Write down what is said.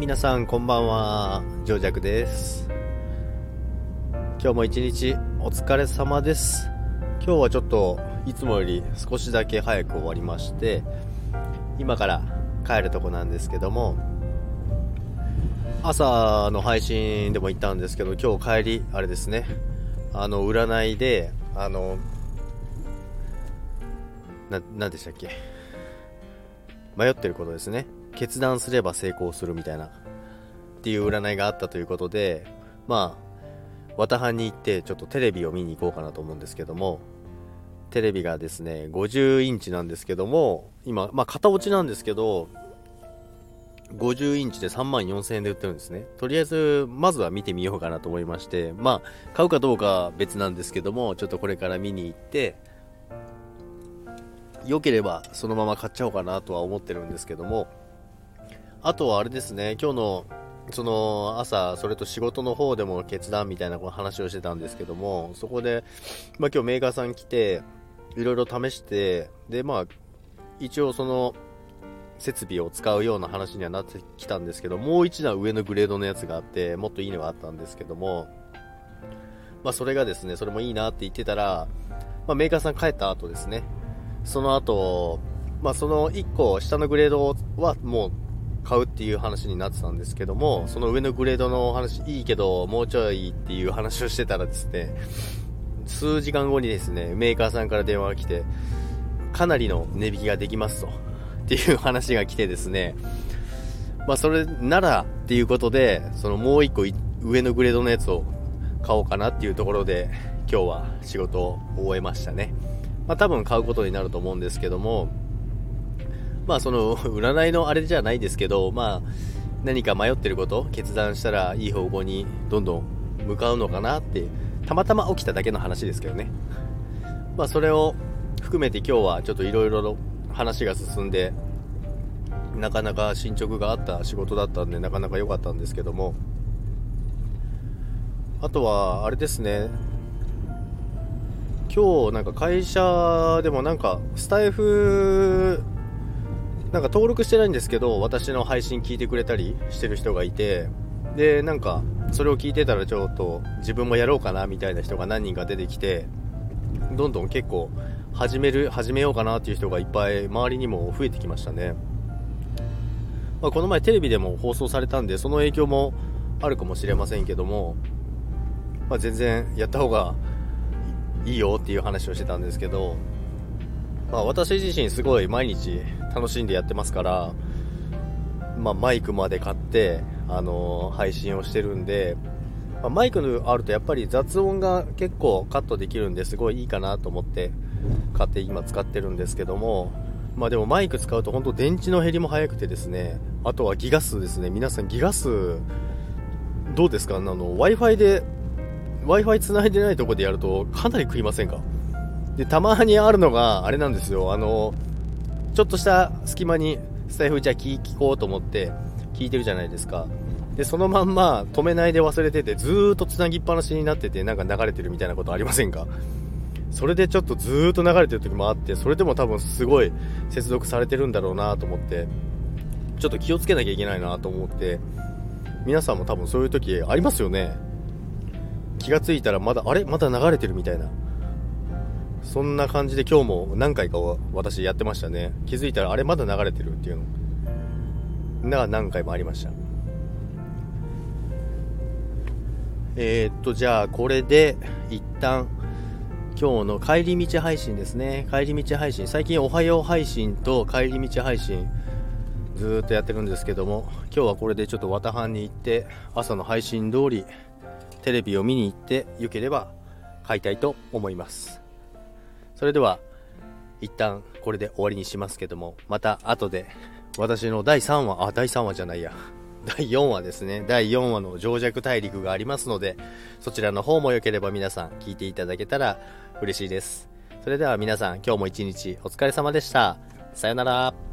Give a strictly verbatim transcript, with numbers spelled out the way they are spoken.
皆さんこんばんは、ジョージャクです。今日も一日お疲れ様です。今日はちょっといつもより少しだけ早く終わりまして、今から帰るとこなんですけども、朝の配信でも言ったんですけど、今日帰りあれですね、あの占いであのな、なんでしたっけ、迷ってることですね。決断すれば成功するみたいなっていう占いがあったということで、まあ綿藩に行ってちょっとテレビを見に行こうかなと思うんですけども、テレビがですねごじゅうインチなんですけども、今まあ型落ちなんですけどごじゅうインチでさんまんよんせんえんで売ってるんですね。とりあえずまずは見てみようかなと思いまして、まあ買うかどうかは別なんですけども、ちょっとこれから見に行って、良ければそのまま買っちゃおうかなとは思ってるんですけども、あとはあれですね、今日のその朝、それと仕事の方でも決断みたいな話をしてたんですけども、そこで、まあ、今日メーカーさん来ていろいろ試して、でまあ一応その設備を使うような話にはなってきたんですけど、もう一段上のグレードのやつがあって、もっといいのがあったんですけども、まあそれがですね、それもいいなって言ってたら、まあ、メーカーさん帰った後ですね、その後、まあそのいっこ下のグレードはもう買うっていう話になってたんですけども、その上のグレードの話いいけどもうちょいっていう話をしてたらですね、数時間後にですねメーカーさんから電話が来て、かなりの値引きができますとっていう話が来てですね、まあそれならっていうことで、そのもう一個上のグレードのやつを買おうかなっていうところで、今日は仕事を終えましたね。まあ多分買うことになると思うんですけども、まあその占いのあれじゃないですけど、まあ何か迷ってること、決断したらいい方向にどんどん向かうのかなって、たまたま起きただけの話ですけどね。まあそれを含めて今日はちょっといろいろ話が進んで、なかなか進捗があった仕事だったんで、なかなか良かったんですけども、あとはあれですね、今日なんか会社でもなんかスタイフなんか登録してないんですけど、私の配信聞いてくれたりしてる人がいて、でなんかそれを聞いてたらちょっと自分もやろうかなみたいな人が何人か出てきて、どんどん結構始める始めようかなっていう人がいっぱい周りにも増えてきましたね。まあ、この前テレビでも放送されたんで、その影響もあるかもしれませんけども、まあ、全然やった方がいいよっていう話をしてたんですけど、まあ、私自身すごい毎日楽しんでやってますから、まあ、マイクまで買って、あのー、配信をしてるんで、まあ、マイクのあるとやっぱり雑音が結構カットできるんで、すごいいいかなと思って買って今使ってるんですけども、まあでもマイク使うと本当電池の減りも早くてですね、あとはギガ数ですね。皆さんギガ数どうですか？あの Wi-Fi で Wi-Fi 繋いでないところでやるとかなり食いませんか？でたまにあるのがあれなんですよ、あのちょっとした隙間にスタイフじゃあ 聞, 聞こうと思って聞いてるじゃないですか。でそのまんま止めないで忘れてて、ずーっとつなぎっぱなしになってて、なんか流れてるみたいなことありませんか？それでちょっとずーっと流れてる時もあって、それでも多分すごい接続されてるんだろうなと思って、ちょっと気をつけなきゃいけないなと思って、皆さんも多分そういう時ありますよね。気がついたらまだあれまだ流れてるみたいな、そんな感じで今日も何回か私やってましたね。気づいたらあれまだ流れてるっていうのが何回もありました。えー、っとじゃあこれで一旦今日の帰り道配信ですね。帰り道配信、最近おはよう配信と帰り道配信ずーっとやってるんですけども、今日はこれでちょっと綿藩に行って朝の配信通りテレビを見に行って、よければ買いたいと思います。それでは一旦これで終わりにしますけども、また後で私のだいさんわ、あだいさんわじゃないやだいよんわですね、だいよんわの情弱大陸がありますので、そちらの方もよければ皆さん聞いていただけたら嬉しいです。それでは皆さん、今日も一日お疲れ様でした。さよなら。